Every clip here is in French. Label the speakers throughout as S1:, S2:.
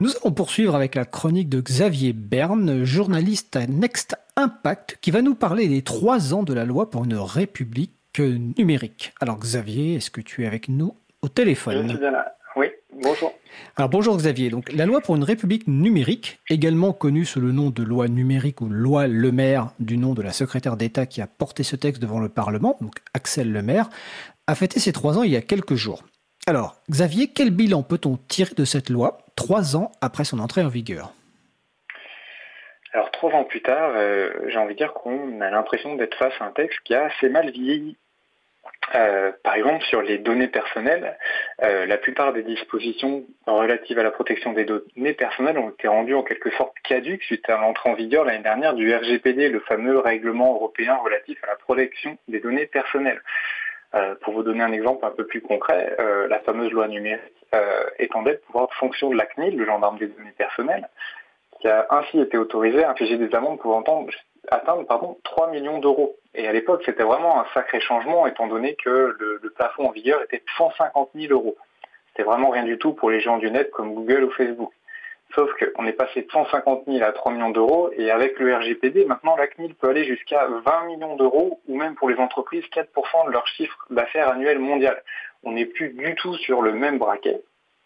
S1: Nous allons poursuivre avec la chronique de Xavier Berne, journaliste à Next Impact, qui va nous parler des 3 ans de la loi pour une république numérique. Alors Xavier, est-ce que tu es avec nous au
S2: Je
S1: téléphone?
S2: suis bien là. Oui, bonjour.
S1: Alors bonjour Xavier, donc la loi pour une république numérique, également connue sous le nom de loi numérique ou loi Le Maire, du nom de la secrétaire d'État qui a porté ce texte devant le Parlement, donc Axel Le Maire, a fêté ses 3 ans il y a quelques jours. Alors Xavier, quel bilan peut-on tirer de cette loi 3 ans après son entrée en vigueur?
S2: Alors 3 ans plus tard, j'ai envie de dire qu'on a l'impression d'être face à un texte qui a assez mal vieilli. Par exemple, sur les données personnelles, la plupart des dispositions relatives à la protection des données personnelles ont été rendues en quelque sorte caduques suite à l'entrée en vigueur l'année dernière du RGPD, le fameux règlement européen relatif à la protection des données personnelles. Pour vous donner un exemple un peu plus concret, la fameuse loi numérique étendait le pouvoir de fonction de la CNIL, le gendarme des données personnelles, qui a ainsi été autorisé à infliger des amendes pouvant atteindre 3 millions d'euros. Et à l'époque, c'était vraiment un sacré changement, étant donné que le plafond en vigueur était de 150 000 euros. C'était vraiment rien du tout pour les géants du net comme Google ou Facebook. Sauf qu'on est passé de 150 000 à 3 millions d'euros, et avec le RGPD, maintenant la CNIL peut aller jusqu'à 20 millions d'euros, ou même pour les entreprises, 4% de leur chiffre d'affaires annuel mondial. On n'est plus du tout sur le même braquet.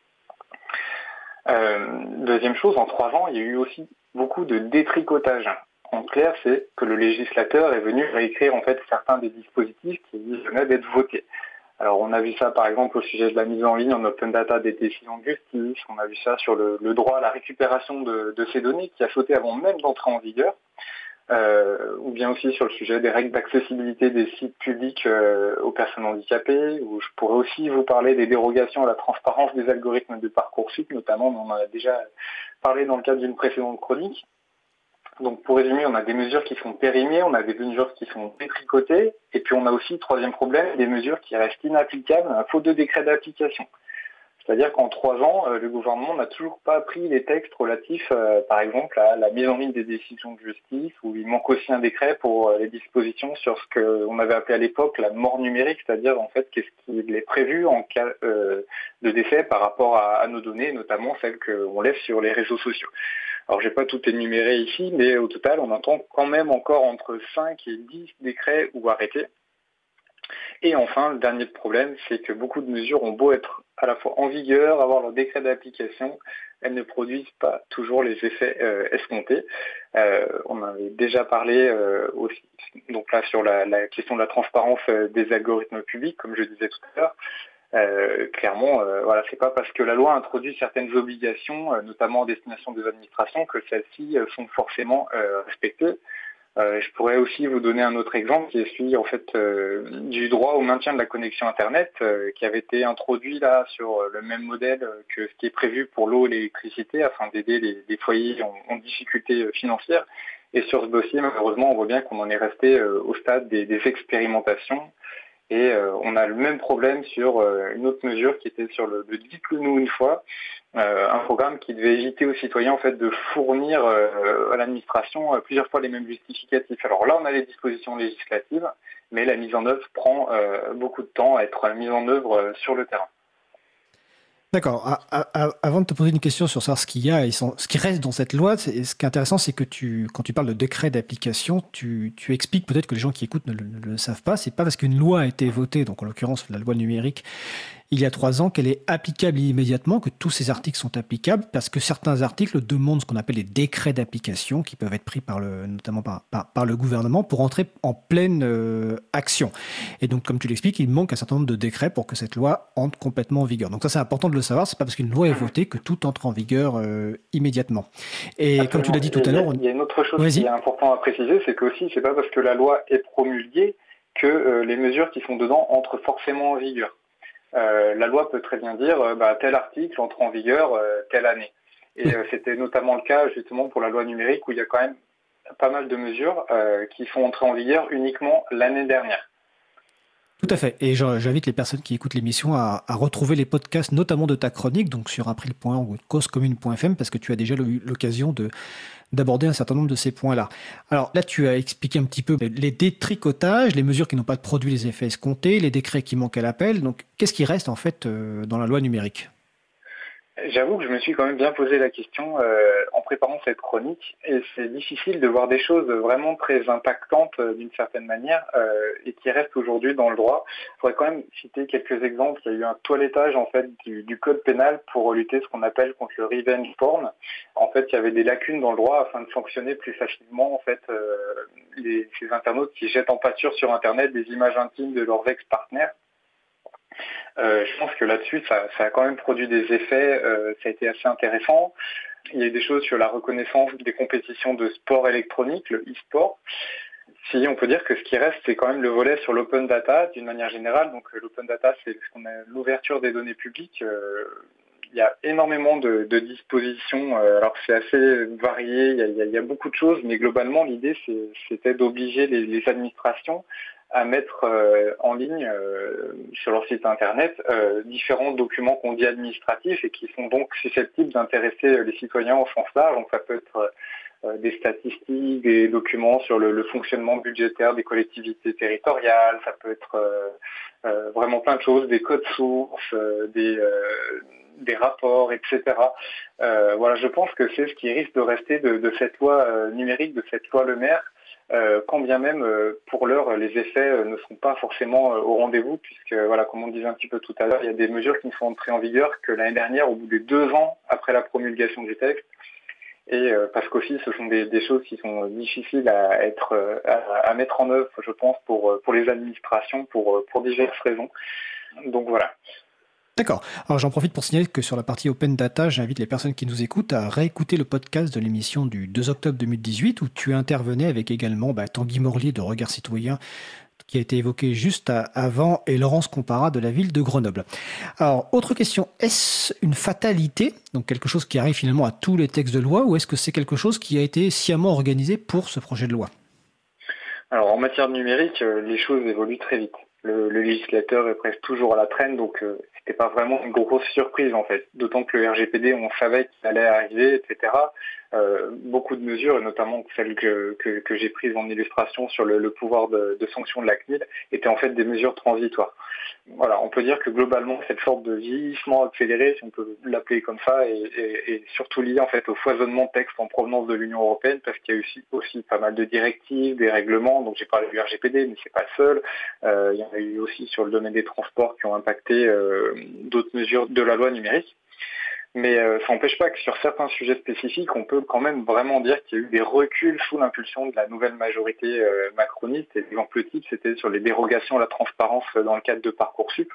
S2: Deuxième chose, en 3 ans, il y a eu aussi beaucoup de détricotage. En clair, c'est que le législateur est venu réécrire en fait certains des dispositifs qui venaient d'être votés. Alors on a vu ça par exemple au sujet de la mise en ligne en open data des décisions de justice, on a vu ça sur le droit à la récupération de ces données qui a sauté avant même d'entrer en vigueur, ou bien aussi sur le sujet des règles d'accessibilité des sites publics aux personnes handicapées, ou je pourrais aussi vous parler des dérogations à la transparence des algorithmes de Parcoursup, notamment, on en a déjà parlé dans le cadre d'une précédente chronique. Donc pour résumer, on a des mesures qui sont périmées, on a des mesures qui sont détricotées, et puis on a aussi, troisième problème, des mesures qui restent inapplicables à faute de décret d'application. C'est-à-dire qu'en 3 ans, le gouvernement n'a toujours pas pris les textes relatifs, par exemple, à la mise en ligne des décisions de justice, où il manque aussi un décret pour les dispositions sur ce qu'on avait appelé à l'époque la mort numérique, c'est-à-dire en fait qu'est-ce qui est prévu en cas de décès par rapport à nos données, notamment celles qu'on laisse sur les réseaux sociaux. Alors, j'ai pas tout énuméré ici, mais au total, on entend quand même encore entre 5 et 10 décrets ou arrêtés. Et enfin, le dernier problème, c'est que beaucoup de mesures ont beau être à la fois en vigueur, avoir leur décret d'application, elles ne produisent pas toujours les effets escomptés. On en avait déjà parlé aussi, donc là, sur la question de la transparence des algorithmes publics, comme je disais tout à l'heure. Clairement, voilà, c'est pas parce que la loi introduit certaines obligations, notamment en destination des administrations, que celles-ci sont forcément respectées. Je pourrais aussi vous donner un autre exemple qui est celui en fait du droit au maintien de la connexion Internet, qui avait été introduit là sur le même modèle que ce qui est prévu pour l'eau et l'électricité, afin d'aider les foyers en difficulté financière. Et sur ce dossier, malheureusement, on voit bien qu'on en est resté au stade des expérimentations. Et on a le même problème sur une autre mesure qui était sur le dites-le nous une fois, un programme qui devait éviter aux citoyens en fait de fournir à l'administration plusieurs fois les mêmes justificatifs. Alors là, on a les dispositions législatives, mais la mise en œuvre prend beaucoup de temps à être mise en œuvre sur le terrain.
S1: D'accord. Avant de te poser une question sur savoir ce qu'il y a et ce qui reste dans cette loi, ce qui est intéressant, c'est que quand tu parles de décret d'application, tu expliques peut-être que les gens qui écoutent ne le savent pas. C'est pas parce qu'une loi a été votée, donc en l'occurrence la loi numérique, il y a 3 ans, qu'elle est applicable immédiatement, que tous ces articles sont applicables, parce que certains articles demandent ce qu'on appelle les décrets d'application, qui peuvent être pris notamment par le gouvernement, pour entrer en pleine action. Et donc, comme tu l'expliques, il manque un certain nombre de décrets pour que cette loi entre complètement en vigueur. Donc ça, c'est important de le savoir, c'est pas parce qu'une loi est votée que tout entre en vigueur immédiatement. Et
S2: Absolument.
S1: Comme tu l'as dit tout à l'heure...
S2: Il y a une autre chose
S1: Vas-y.
S2: qui est important à préciser, c'est que aussi, c'est pas parce que la loi est promulguée que les mesures qui sont dedans entrent forcément en vigueur. La loi peut très bien dire tel article entre en vigueur telle année. Et c'était notamment le cas justement pour la loi numérique où il y a quand même pas mal de mesures qui sont entrées en vigueur uniquement l'année dernière.
S1: Tout à fait. Et j'invite les personnes qui écoutent l'émission à retrouver les podcasts, notamment de ta chronique, donc sur april.org ou causecommune.fm, parce que tu as déjà eu l'occasion d'aborder un certain nombre de ces points-là. Alors là, tu as expliqué un petit peu les détricotages, les mesures qui n'ont pas produit les effets escomptés, les décrets qui manquent à l'appel. Donc, qu'est-ce qui reste en fait dans la loi numérique ?
S2: J'avoue que je me suis quand même bien posé la question en préparant cette chronique et c'est difficile de voir des choses vraiment très impactantes d'une certaine manière et qui restent aujourd'hui dans le droit. Je pourrais quand même citer quelques exemples. Il y a eu un toilettage en fait du code pénal pour lutter ce qu'on appelle contre le revenge porn. En fait, il y avait des lacunes dans le droit afin de sanctionner plus facilement en fait ces internautes qui jettent en pâture sur Internet des images intimes de leurs ex-partenaires. Je pense que là-dessus, ça a quand même produit des effets, ça a été assez intéressant. Il y a eu des choses sur la reconnaissance des compétitions de sport électronique, le e-sport. Si on peut dire que ce qui reste, c'est quand même le volet sur l'open data d'une manière générale. Donc l'open data, c'est ce qu'on a l'ouverture des données publiques. Il y a énormément de dispositions. Alors c'est assez varié, il y a beaucoup de choses, mais globalement l'idée c'était d'obliger les administrations à mettre en ligne sur leur site internet différents documents qu'on dit administratifs et qui sont donc susceptibles d'intéresser les citoyens au sens large. Donc ça peut être des statistiques, des documents sur le fonctionnement budgétaire des collectivités territoriales, ça peut être vraiment plein de choses, des codes sources, des rapports, etc. Voilà, je pense que c'est ce qui risque de rester de cette loi numérique, de cette loi Le Maire, quand bien même pour l'heure les effets ne seront pas forcément au rendez-vous, puisque voilà, comme on disait un petit peu tout à l'heure, il y a des mesures qui ne sont entrées en vigueur que l'année dernière, au bout de 2 ans après la promulgation du texte. Et parce qu'aussi ce sont des choses qui sont difficiles à mettre en œuvre, je pense, pour les administrations, pour diverses raisons. Donc voilà.
S1: D'accord. Alors j'en profite pour signaler que sur la partie Open Data, j'invite les personnes qui nous écoutent à réécouter le podcast de l'émission du 2 octobre 2018 où tu intervenais avec également Tanguy Morlier de Regard Citoyen qui a été évoqué juste avant et Laurence Compara de la ville de Grenoble. Alors, autre question, est-ce une fatalité, donc quelque chose qui arrive finalement à tous les textes de loi, ou est-ce que c'est quelque chose qui a été sciemment organisé pour ce projet de loi ?
S2: Alors en matière de numérique, les choses évoluent très vite. Le législateur est presque toujours à la traîne, donc c'était pas vraiment une grosse surprise en fait. D'autant que le RGPD, on savait qu'il allait arriver, etc. Beaucoup de mesures, et notamment celles que j'ai prises en illustration sur le pouvoir de sanction de la CNIL, étaient en fait des mesures transitoires. Voilà, on peut dire que globalement cette sorte de vieillissement accéléré, si on peut l'appeler comme ça, est surtout lié en fait au foisonnement de textes en provenance de l'Union européenne, parce qu'il y a aussi pas mal de directives, des règlements. Donc j'ai parlé du RGPD, mais c'est pas le seul. Il y en a eu aussi sur le domaine des transports qui ont impacté d'autres mesures de la loi numérique. Mais ça n'empêche pas que sur certains sujets spécifiques, on peut quand même vraiment dire qu'il y a eu des reculs sous l'impulsion de la nouvelle majorité macroniste. Et l'exemple type, c'était sur les dérogations à la transparence dans le cadre de Parcoursup.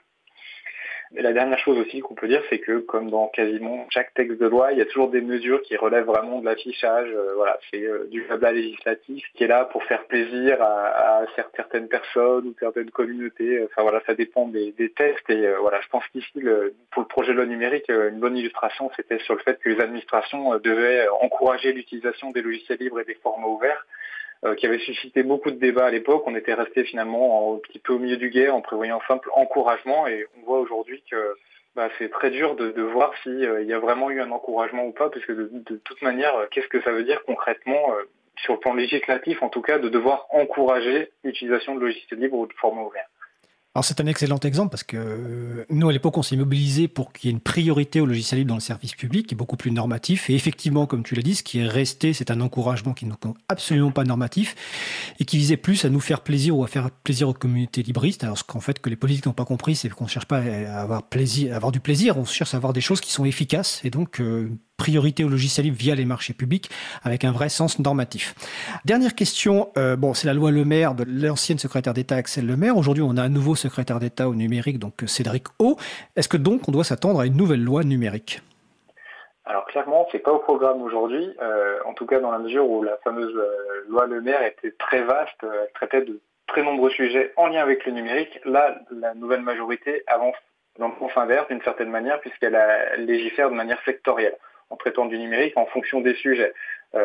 S2: Et la dernière chose aussi qu'on peut dire, c'est que comme dans quasiment chaque texte de loi, il y a toujours des mesures qui relèvent vraiment de l'affichage. Voilà, c'est du blabla législatif qui est là pour faire plaisir à certaines personnes ou certaines communautés. Enfin voilà, ça dépend des textes. Et voilà, je pense qu'ici, pour le projet de loi numérique, une bonne illustration, c'était sur le fait que les administrations devaient encourager l'utilisation des logiciels libres et des formats ouverts, qui avait suscité beaucoup de débats à l'époque. On était resté finalement un petit peu au milieu du gué en prévoyant un simple encouragement, et on voit aujourd'hui que c'est très dur de voir s'il y a vraiment eu un encouragement ou pas, parce que de toute manière, qu'est-ce que ça veut dire concrètement sur le plan législatif, en tout cas, de devoir encourager l'utilisation de logiciels libres ou de formats ouverts.
S1: Alors c'est un excellent exemple parce que nous à l'époque on s'est mobilisé pour qu'il y ait une priorité au logiciel libre dans le service public qui est beaucoup plus normatif et effectivement comme tu l'as dit ce qui est resté c'est un encouragement qui n'est absolument pas normatif et qui visait plus à nous faire plaisir ou à faire plaisir aux communautés libristes alors ce qu'en fait que les politiques n'ont pas compris c'est qu'on ne cherche pas à avoir plaisir, à avoir du plaisir, on cherche à avoir des choses qui sont efficaces et donc priorité au logiciel libre via les marchés publics avec un vrai sens normatif. Dernière question, c'est la loi Le Maire de l'ancienne secrétaire d'État Axelle Le Maire. Aujourd'hui, on a un nouveau secrétaire d'État au numérique, donc Cédric O. Est-ce que donc on doit s'attendre à une nouvelle loi numérique ?
S2: Alors clairement, c'est pas au programme aujourd'hui, en tout cas dans la mesure où la fameuse loi Le Maire était très vaste, elle traitait de très nombreux sujets en lien avec le numérique. Là, la nouvelle majorité avance dans le sens inverse d'une certaine manière puisqu'elle légifère de manière sectorielle, en traitant du numérique en fonction des sujets.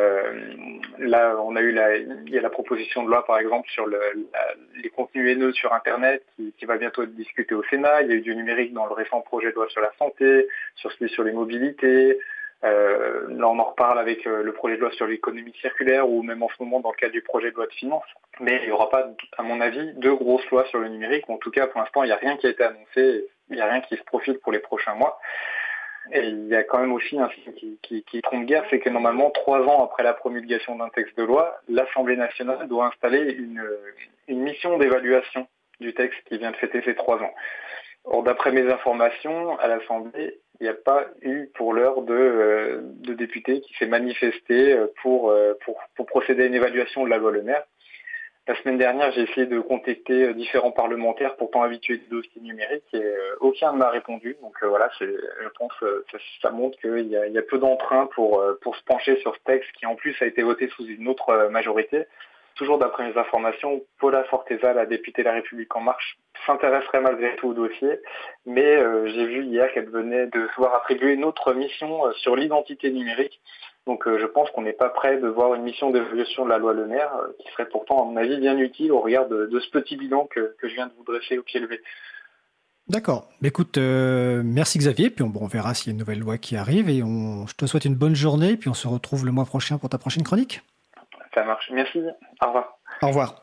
S2: Là, il y a la proposition de loi, par exemple, sur les contenus haineux sur Internet, qui va bientôt être discutée au Sénat. Il y a eu du numérique dans le récent projet de loi sur la santé, sur celui sur les mobilités. Là, on en reparle avec le projet de loi sur l'économie circulaire, ou même en ce moment dans le cadre du projet de loi de finances. Mais il n'y aura pas, à mon avis, de grosses lois sur le numérique. En tout cas, pour l'instant, il n'y a rien qui a été annoncé. Il n'y a rien qui se profile pour les prochains mois. Et il y a quand même aussi un signe qui trompe guère, c'est que normalement, 3 ans après la promulgation d'un texte de loi, l'Assemblée nationale doit installer une mission d'évaluation du texte qui vient de fêter ses 3 ans. Or, d'après mes informations, à l'Assemblée, il n'y a pas eu pour l'heure de député qui s'est manifesté pour procéder à une évaluation de la loi Le Maire. La semaine dernière, j'ai essayé de contacter différents parlementaires pourtant habitués des dossiers numériques et aucun ne m'a répondu. Donc voilà, je pense que ça montre qu'il y a peu d'entrain pour se pencher sur ce texte qui en plus a été voté sous une autre majorité. Toujours d'après mes informations, Paula Forteza, la députée de La République En Marche, s'intéresserait malgré tout au dossier, mais j'ai vu hier qu'elle venait de se voir attribuer une autre mission sur l'identité numérique. Donc je pense qu'on n'est pas prêt de voir une mission d'évolution de la loi Le Maire, qui serait pourtant, à mon avis, bien utile au regard de ce petit bilan que je viens de vous dresser au pied levé.
S1: D'accord. Écoute, merci Xavier, puis on verra s'il y a une nouvelle loi qui arrive, et je te souhaite une bonne journée, puis on se retrouve le mois prochain pour ta prochaine chronique.
S2: Ça marche. Merci. Au revoir.
S1: Au revoir.